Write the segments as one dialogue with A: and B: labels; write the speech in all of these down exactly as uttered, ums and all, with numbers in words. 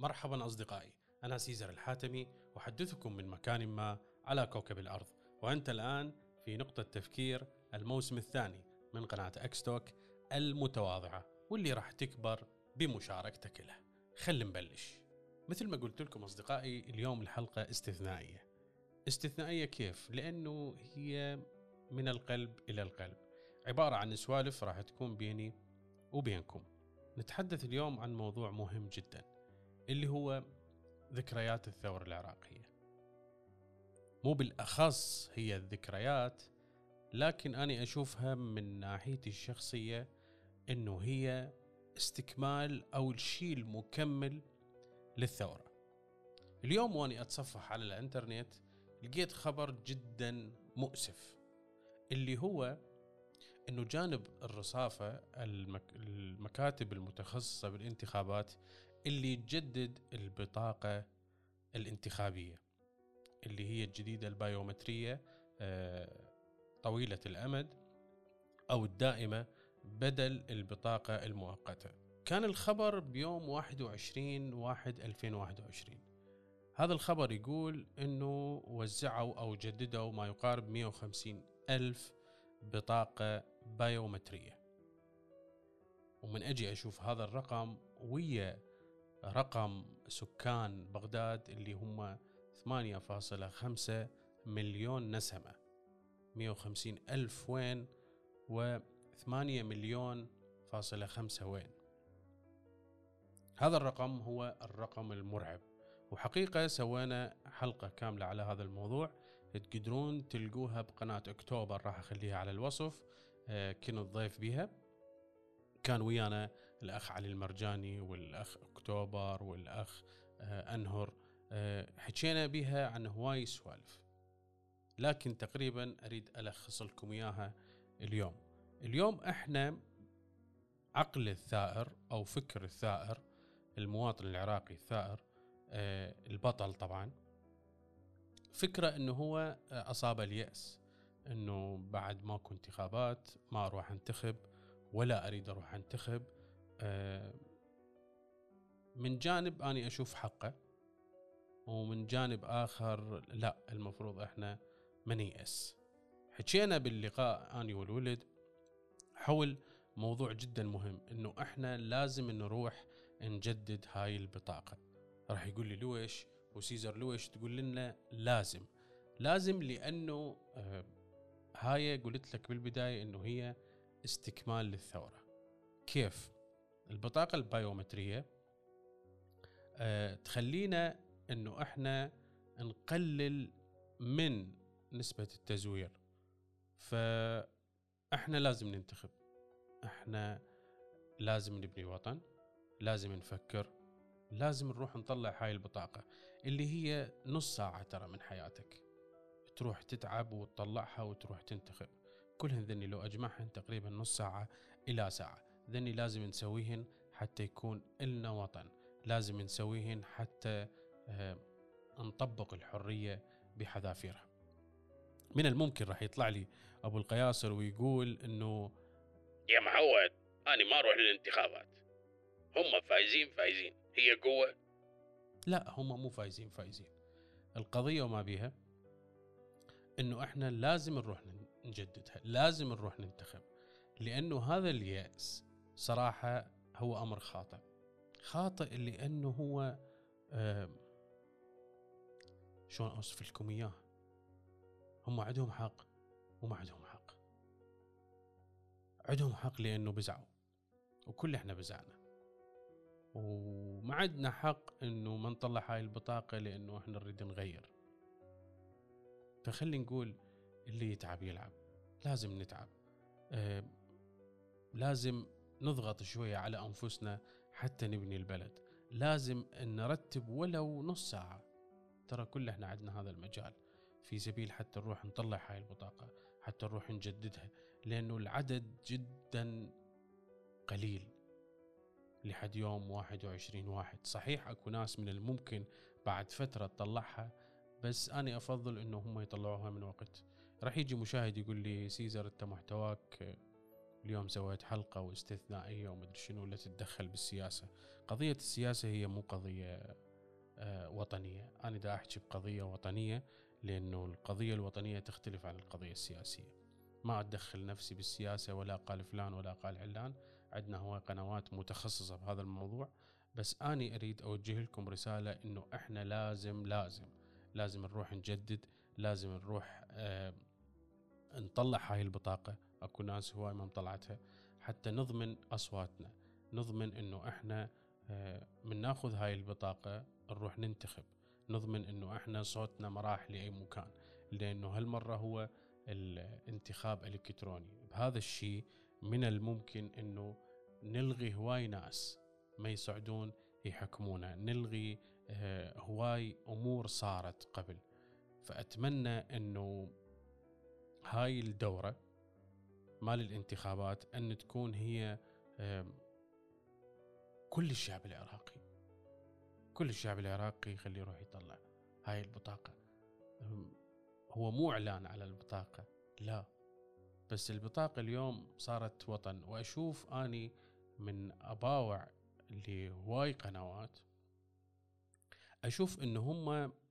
A: مرحبا أصدقائي، أنا سيزر الحاتمي أحدثكم من مكان ما على كوكب الأرض، وأنت الآن في نقطة تفكير الموسم الثاني من قناة أكستوك المتواضعة، واللي راح تكبر بمشاركتك له. خلينا نبلش. مثل ما قلت لكم أصدقائي، اليوم الحلقة استثنائية. استثنائية كيف؟ لأنه هي من القلب إلى القلب، عبارة عن سوالف راح تكون بيني وبينكم. نتحدث اليوم عن موضوع مهم جدا، اللي هو ذكريات الثورة العراقية. مو بالأخص هي الذكريات، لكن أنا أشوفها من ناحيتي الشخصية إنه هي استكمال أو الشيء المكمل للثورة. اليوم وأني أتصفح على الإنترنت لقيت خبر جدا مؤسف، اللي هو إنه جانب الرصافة المك... المكاتب المتخصصة بالانتخابات اللي تجدد البطاقة الانتخابية اللي هي الجديدة البايومترية طويلة الأمد أو الدائمة بدل البطاقة المؤقتة. كان الخبر بيوم واحد وعشرين واحد ألفين وواحد وعشرين. هذا الخبر يقول إنه وزعوا أو جددوا ما يقارب مئة وخمسين ألف بطاقة بايومترية، ومن أجي أشوف هذا الرقم ويا رقم سكان بغداد اللي هم ثمانية فاصلة خمسة مليون نسمة، مئة وخمسين ألف وين وثمانية مليون فاصلة خمسة وين. هذا الرقم هو الرقم المرعب، وحقيقة سوينا حلقة كاملة على هذا الموضوع، تقدرون تلقوها بقناة أكتوبر، راح أخليها على الوصف. آه كنت ضيف بيها، كان ويانا الأخ علي المرجاني والأخ أكتوبر والأخ آه أنهر. آه حكينا بها عن هواي سوالف، لكن تقريبا أريد ألخص لكم إياها اليوم. اليوم إحنا عقل الثائر أو فكر الثائر، المواطن العراقي الثائر، آه البطل طبعا، فكرة أنه هو أصاب اليأس، أنه بعد ماكو انتخابات ما أروح أنتخب ولا أريد أروح أنتخب. آه من جانب أنا أشوف حقه، ومن جانب آخر لا، المفروض إحنا ما نيأس. حكينا باللقاء أنا والولد حول موضوع جدا مهم، إنه إحنا لازم نروح نجدد هاي البطاقة. راح يقول لي لويش وسيزر لويش تقول لنا لازم لازم لأنه آه هاي قلت لك بالبداية إنه هي استكمال للثورة. كيف؟ البطاقة البايومترية آه تخلينا إنه إحنا نقلل من نسبة التزوير، فإحنا لازم ننتخب، إحنا لازم نبني وطن، لازم نفكر، لازم نروح نطلع هاي البطاقة اللي هي نص ساعة ترى من حياتك، تروح تتعب وتطلعها وتروح تنتخب. كلهن ذني لو أجمعهن تقريبا نص ساعة إلى ساعة. ذني لازم نسويهن حتى يكون إلنا وطن، لازم نسويهن حتى آه نطبق الحرية بحذافيرها. من الممكن راح يطلع لي أبو القياصر ويقول إنه
B: يا معود أنا ما أروح للانتخابات، هم فايزين فايزين، هي قوة.
A: لا، هم مو فايزين فايزين. القضية وما بيها إنه إحنا لازم نروح نجددها، لازم نروح ننتخب، لأنه هذا اليأس صراحة هو أمر خاطئ. خاطئ لأنه هو آه شلون أوصف لكم إياه، هم عندهم حق وما عندهم حق. عندهم حق لأنه بزعوا، وكل إحنا بزعنا، وما عندنا حق إنه ما نطلع هاي البطاقة لأنه إحنا نريد نغير. فخلي نقول اللي يتعب يلعب، لازم نتعب، آه لازم نضغط شوية على أنفسنا حتى نبني البلد، لازم نرتب ولو نص ساعة. ترى كل احنا عندنا هذا المجال في سبيل حتى نروح نطلع هاي البطاقة، حتى نروح نجددها، لأنه العدد جدا قليل لحد يوم واحد وعشرين واحد. صحيح أكو ناس من الممكن بعد فترة تطلعها، بس أنا أفضل إنه هم يطلعوها من وقت. راح يجي مشاهد يقول لي سيزر أنت محتواك اليوم سويت حلقة واستثنائية ومدري شنو لا تتدخل بالسياسة. قضية السياسة هي مو قضية آه وطنية. أنا دا أحكي بقضية وطنية لأنه القضية الوطنية تختلف عن القضية السياسية. ما أتدخل نفسي بالسياسة ولا قال فلان ولا قال علان، عندنا هو قنوات متخصصة بهذا الموضوع. بس أنا أريد أوجه لكم رسالة إنه إحنا لازم لازم لازم نروح نجدد، لازم نروح آه نطلع هاي البطاقة. أكو ناس هواي ما مطلعتها، حتى نضمن أصواتنا، نضمن إنه إحنا آه من ناخذ هاي البطاقة نروح ننتخب، نضمن إنه إحنا صوتنا مراح لأي مكان، لأنه هالمرة هو الانتخاب الإلكتروني. بهذا الشيء من الممكن إنه نلغي هواي ناس ما يصعدون يحكمونا، نلغي آه هواي أمور صارت قبل. فأتمنى إنه هاي الدورة مال الانتخابات أن تكون هي كل الشعب العراقي، كل الشعب العراقي يخليه يروح يطلع هاي البطاقة. هو مو إعلان على البطاقة، لا، بس البطاقة اليوم صارت وطن. وأشوف أني من أباوع اللي هواي قنوات أشوف إنه هم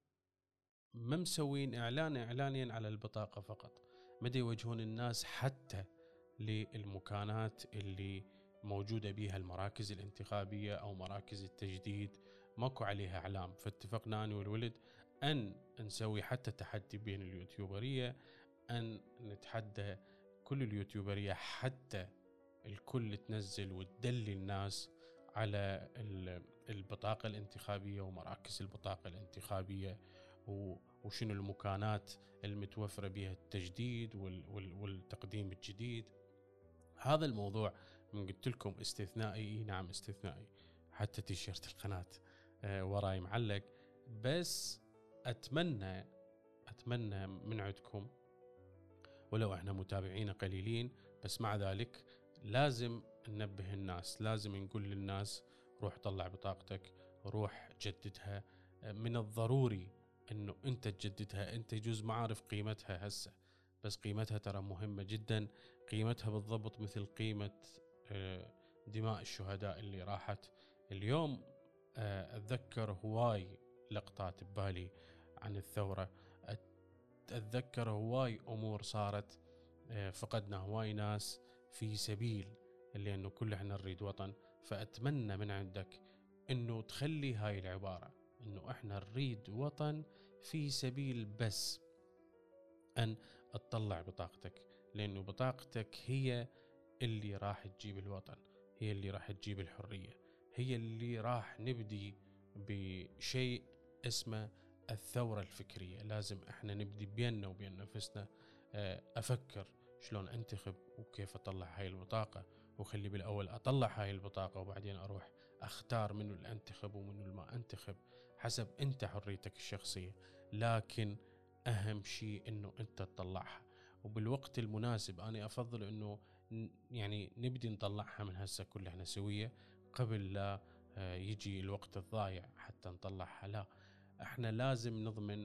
A: ما مسوين إعلان إعلانيا على البطاقة فقط، مدى يوجهون الناس حتى للمكانات اللي موجودة بها المراكز الانتخابية أو مراكز التجديد ماكو عليها إعلام. فاتفقنا أنا والولد أن نسوي حتى تحدي بين اليوتيوبرية، أن نتحدى كل اليوتيوبرية حتى الكل تنزل وتدلي الناس على البطاقة الانتخابية ومراكز البطاقة الانتخابية وشنو المكانات المتوفرة بها التجديد والتقديم الجديد. هذا الموضوع من قلت لكم استثنائي، نعم استثنائي، حتى تيشيرت القناة آه وراي معلق. بس أتمنى أتمنى من عندكم ولو احنا متابعين قليلين، بس مع ذلك لازم ننبه الناس، لازم نقول للناس روح طلع بطاقتك، روح جددها. من الضروري انه انت تجددها. انت يجوز ما عارف قيمتها هسه، بس قيمتها ترى مهمة جدا. قيمتها بالضبط مثل قيمة دماء الشهداء اللي راحت. اليوم اتذكر هواي لقطات ببالي عن الثورة، اتذكر هواي امور صارت، فقدنا هواي ناس في سبيل اللي انه كل احنا نريد وطن. فاتمنى من عندك انه تخلي هاي العبارة انه احنا نريد وطن في سبيل بس ان تطلع بطاقتك، لانه بطاقتك هي اللي راح تجيب الوطن، هي اللي راح تجيب الحرية، هي اللي راح نبدي بشيء اسمه الثورة الفكرية. لازم احنا نبدي بيننا وبين نفسنا، افكر شلون انتخب وكيف اطلع هاي البطاقة، وخلي بالاول اطلع هاي البطاقة وبعدين اروح اختار منو اللي انتخب ومنو اللي ما انتخب حسب انت حريتك الشخصية. لكن اهم شيء انه انت تطلعها وبالوقت المناسب. انا افضل انه يعني نبدي نطلعها من هسه كلنا سوية قبل لا يجي الوقت الضايع حتى نطلعها. لا، احنا لازم نضمن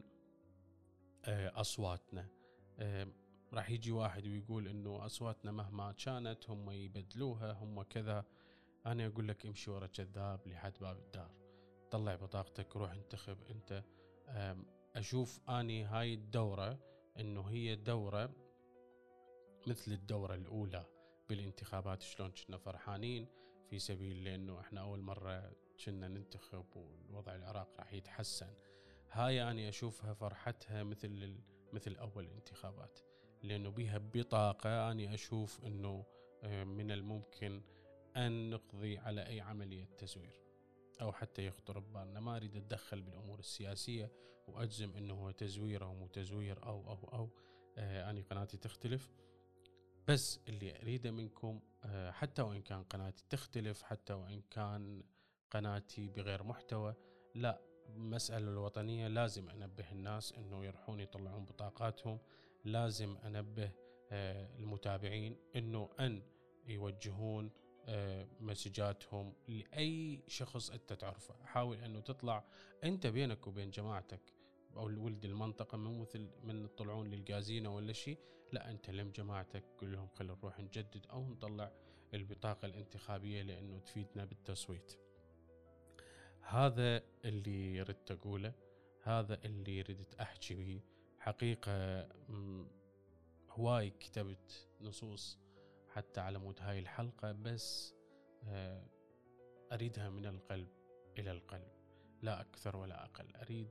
A: اصواتنا. راح يجي واحد ويقول انه اصواتنا مهما كانت هم يبدلوها هم كذا. انا اقول لك امشي ورا كذاب لحد باب الدار، طلع بطاقتك روح انتخب انت. اشوف اني هاي الدورة انه هي دورة مثل الدورة الاولى بالانتخابات، شلون كنا فرحانين في سبيل لانه احنا اول مرة كنا ننتخب والوضع العراق راح يتحسن. هاي أنا أشوفها فرحتها مثل مثل أول انتخابات، لأنه بها بطاقة أنا أشوف أنه من الممكن أن نقضي على أي عملية تزوير أو حتى يخطر ببالنا. ما أريد أتدخل بالأمور السياسية وأجزم أنه هو تزوير أو مو تزوير أو أو أو أنا قناتي تختلف. بس اللي أريده منكم حتى وإن كان قناتي تختلف، حتى وإن كان قناتي بغير محتوى، لا، مسألة الوطنية لازم أنبه الناس أنه يروحون يطلعون بطاقاتهم. لازم أنبه المتابعين أنه أن يوجهون مسجاتهم لأي شخص أنت تعرفه. حاول أنه تطلع أنت بينك وبين جماعتك او ولد المنطقه، مو مثل من تطلعون للجازينه ولا شيء. لا، انت لم جماعتك قول لهم خلينا نروح نجدد او نطلع البطاقه الانتخابيه لانه تفيدنا بالتصويت. هذا اللي ردت اقوله، هذا اللي ردت احكي به. حقيقه هواي كتبت نصوص حتى على مود هاي الحلقه، بس اريدها من القلب الى القلب، لا اكثر ولا اقل. اريد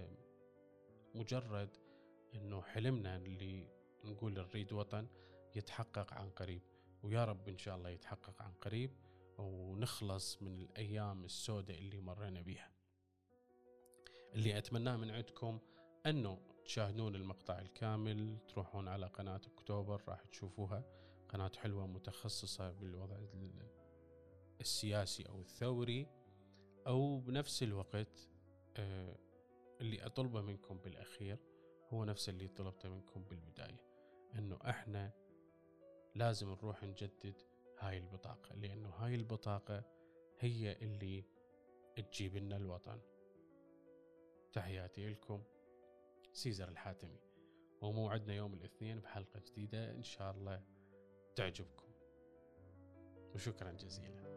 A: مجرد انه حلمنا اللي نقول نريد وطن يتحقق عن قريب، ويا رب ان شاء الله يتحقق عن قريب، ونخلص من الايام السوداء اللي مرينا بيها. اللي اتمناه من عندكم انه تشاهدون المقطع الكامل، تروحون على قناة اكتوبر راح تشوفوها، قناة حلوة متخصصة بالوضع السياسي او الثوري، او بنفس الوقت آه اللي أطلبه منكم بالأخير هو نفس اللي طلبته منكم بالبداية، أنه إحنا لازم نروح نجدد هاي البطاقة، لأنه هاي البطاقة هي اللي تجيب لنا الوطن. تحياتي لكم، سيزر الحاتمي، وموعدنا يوم الاثنين بحلقة جديدة إن شاء الله تعجبكم، وشكرا جزيلا.